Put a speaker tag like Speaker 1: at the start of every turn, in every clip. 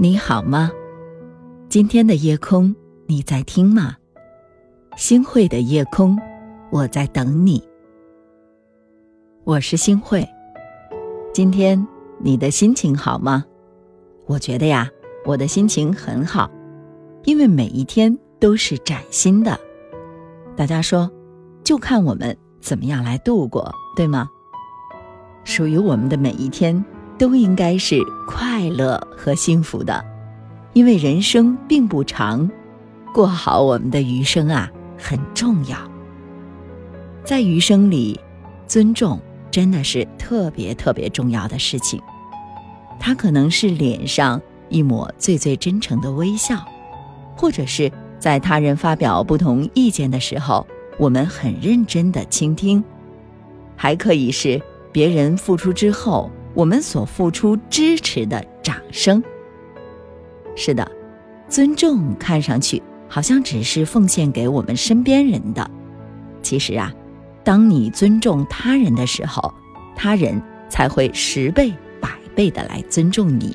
Speaker 1: 你好吗？今天的夜空你在听吗？星慧的夜空，我在等你。我是星慧。今天你的心情好吗？我觉得呀，我的心情很好，因为每一天都是崭新的。大家说，就看我们怎么样来度过，对吗？属于我们的每一天都应该是快乐和幸福的，因为人生并不长，过好我们的余生啊很重要。在余生里，尊重真的是特别重要的事情。它可能是脸上一抹最真诚的微笑，或者是在他人发表不同意见的时候，我们很认真地倾听，还可以是别人付出之后，我们所付出支持的掌声。是的，尊重看上去好像只是奉献给我们身边人的，其实啊，当你尊重他人的时候，他人才会10倍、100倍的来尊重你。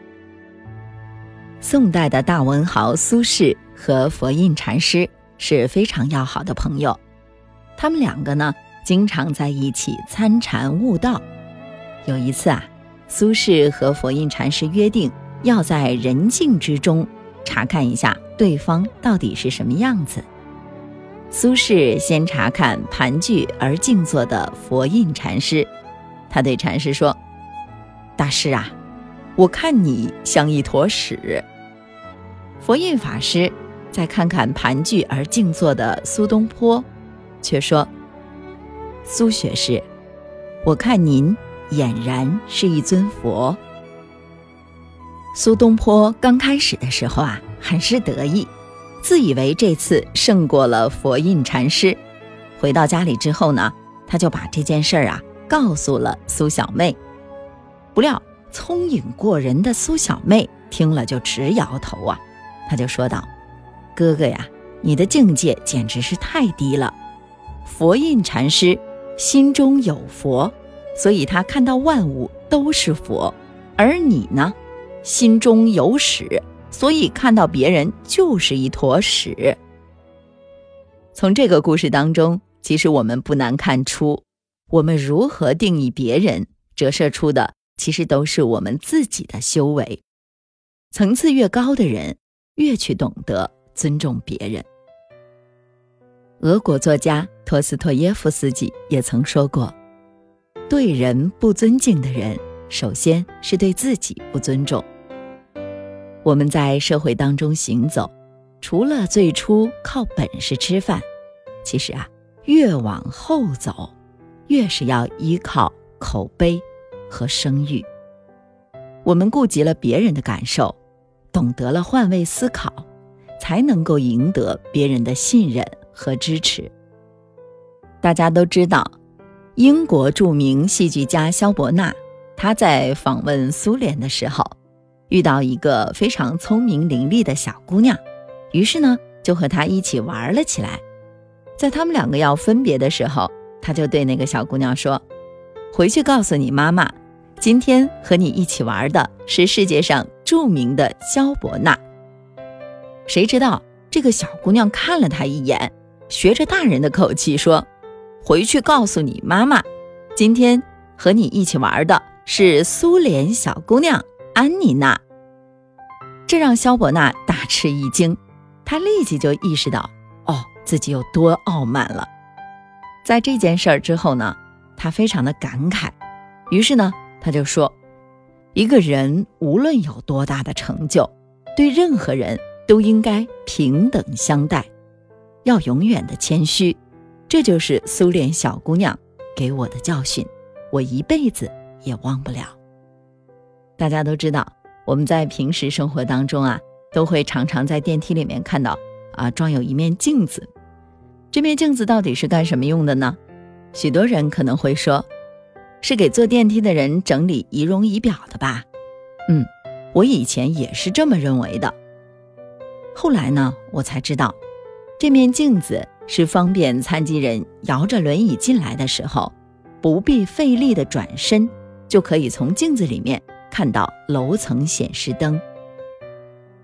Speaker 1: 宋代的大文豪苏轼和佛印禅师是非常要好的朋友，他们两个呢，经常在一起参禅悟道。有一次啊，苏轼和佛印禅师约定要在人境之中查看一下对方到底是什么样子。苏轼先查看盘踞而静坐的佛印禅师，他对禅师说：大师啊，我看你像一坨屎。佛印法师再看看盘踞而静坐的苏东坡，却说：苏学士，我看您俨然是一尊佛。苏东坡刚开始的时候啊，很是得意，自以为这次胜过了佛印禅师。回到家里之后呢，他就把这件事啊告诉了苏小妹。不料聪颖过人的苏小妹听了就直摇头啊，他就说道：哥哥呀，你的境界简直是太低了。佛印禅师心中有佛，所以他看到万物都是佛，而你呢，心中有屎，所以看到别人就是一坨屎。从这个故事当中，其实我们不难看出，我们如何定义别人，折射出的其实都是我们自己的修为。层次越高的人，越去懂得尊重别人。俄国作家托斯托耶夫斯基也曾说过，对人不尊敬的人，首先是对自己不尊重。我们在社会当中行走，除了最初靠本事吃饭，其实啊，越往后走，越是要依靠口碑和声誉。我们顾及了别人的感受，懂得了换位思考，才能够赢得别人的信任和支持。大家都知道，英国著名戏剧家萧伯纳，他在访问苏联的时候，遇到一个非常聪明伶俐的小姑娘，于是呢，就和她一起玩了起来。在他们两个要分别的时候，他就对那个小姑娘说：回去告诉你妈妈，今天和你一起玩的是世界上著名的萧伯纳。谁知道这个小姑娘看了他一眼，学着大人的口气说：回去告诉你妈妈，今天和你一起玩的是苏联小姑娘安妮娜。这让萧伯纳大吃一惊，他立即就意识到，自己有多傲慢了。在这件事之后呢，他非常的感慨，于是呢，他就说，一个人无论有多大的成就，对任何人都应该平等相待，要永远的谦虚。这就是苏联小姑娘给我的教训，我一辈子也忘不了。大家都知道，我们在平时生活当中啊，都会常常在电梯里面看到装有一面镜子。这面镜子到底是干什么用的呢？许多人可能会说，是给坐电梯的人整理仪容仪表的吧。我以前也是这么认为的。后来呢，我才知道，这面镜子是方便残疾人摇着轮椅进来的时候，不必费力的转身，就可以从镜子里面看到楼层显示灯。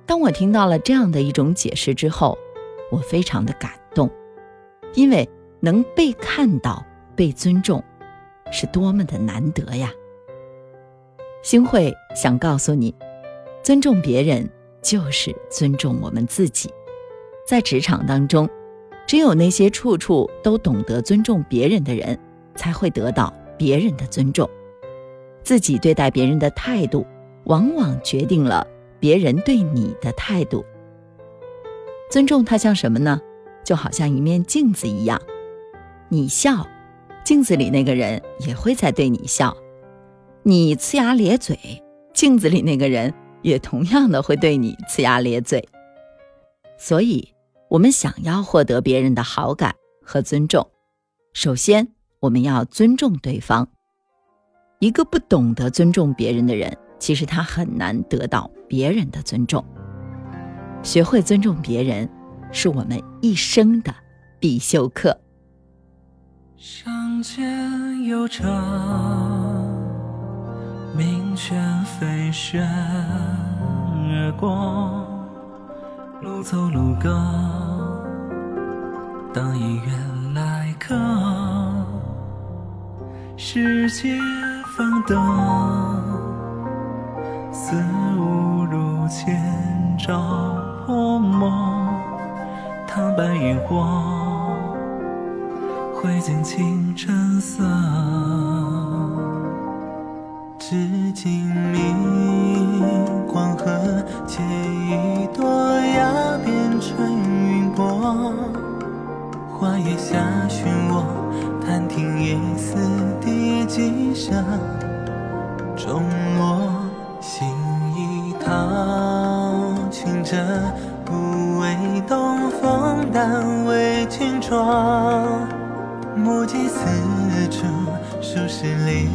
Speaker 1: 当我听到了这样的一种解释之后，我非常的感动，因为能被看到、被尊重，是多么的难得呀！星慧想告诉你，尊重别人就是尊重我们自己。在职场当中，只有那些处处都懂得尊重别人的人，才会得到别人的尊重。自己对待别人的态度，往往决定了别人对你的态度。尊重它像什么呢？就好像一面镜子一样，你笑，镜子里那个人也会在对你笑；你呲牙咧嘴，镜子里那个人也同样的会对你呲牙咧嘴。所以我们想要获得别人的好感和尊重，首先我们要尊重对方。一个不懂得尊重别人的人，其实他很难得到别人的尊重。学会尊重别人，是我们一生的必修课。
Speaker 2: 上间悠长，鸣犬飞旋而过，路走路高，当一远来客，世界放灯，似误入前朝破梦，烫白萤火，绘尽青尘色。
Speaker 3: 至今明黄河，借一朵芽变成云波，花叶下寻我，探听一丝笛几声，钟落心一掏，群者不为东风，但为君妆。目寄四处，数十里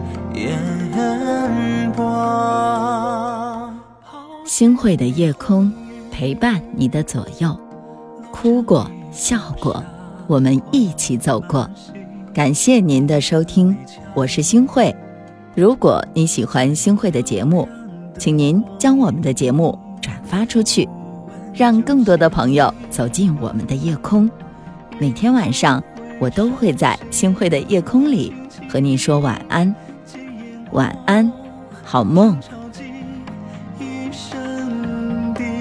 Speaker 3: 烟波。
Speaker 1: 星慧的夜空陪伴你的左右，哭过笑过，我们一起走过。感谢您的收听，我是星慧。如果你喜欢星慧的节目，请您将我们的节目转发出去，让更多的朋友走进我们的夜空。每天晚上我都会在星慧的夜空里和您说晚安，晚安，好梦。
Speaker 3: 一声笛，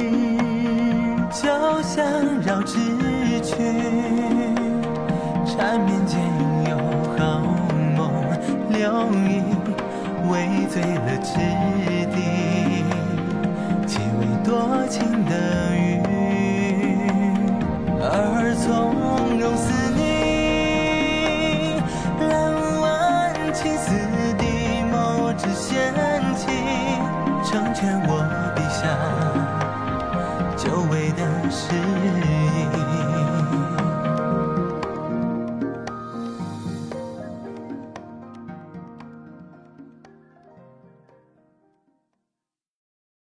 Speaker 3: 交相绕指曲，缠绵间有好梦流溢，微醉了之地，岂为多情的雨，而从容似你，蓝湾青丝